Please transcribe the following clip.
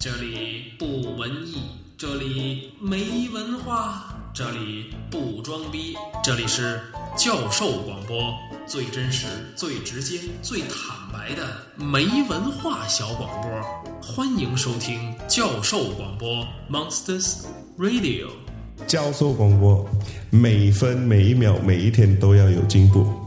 这里不文艺，这里没文化，这里不装逼，这里是教授广播，最真实、最直接、最坦白的没文化小广播。欢迎收听教授广播 Monsters Radio。 教授广播，每分每一秒每一天都要有进步。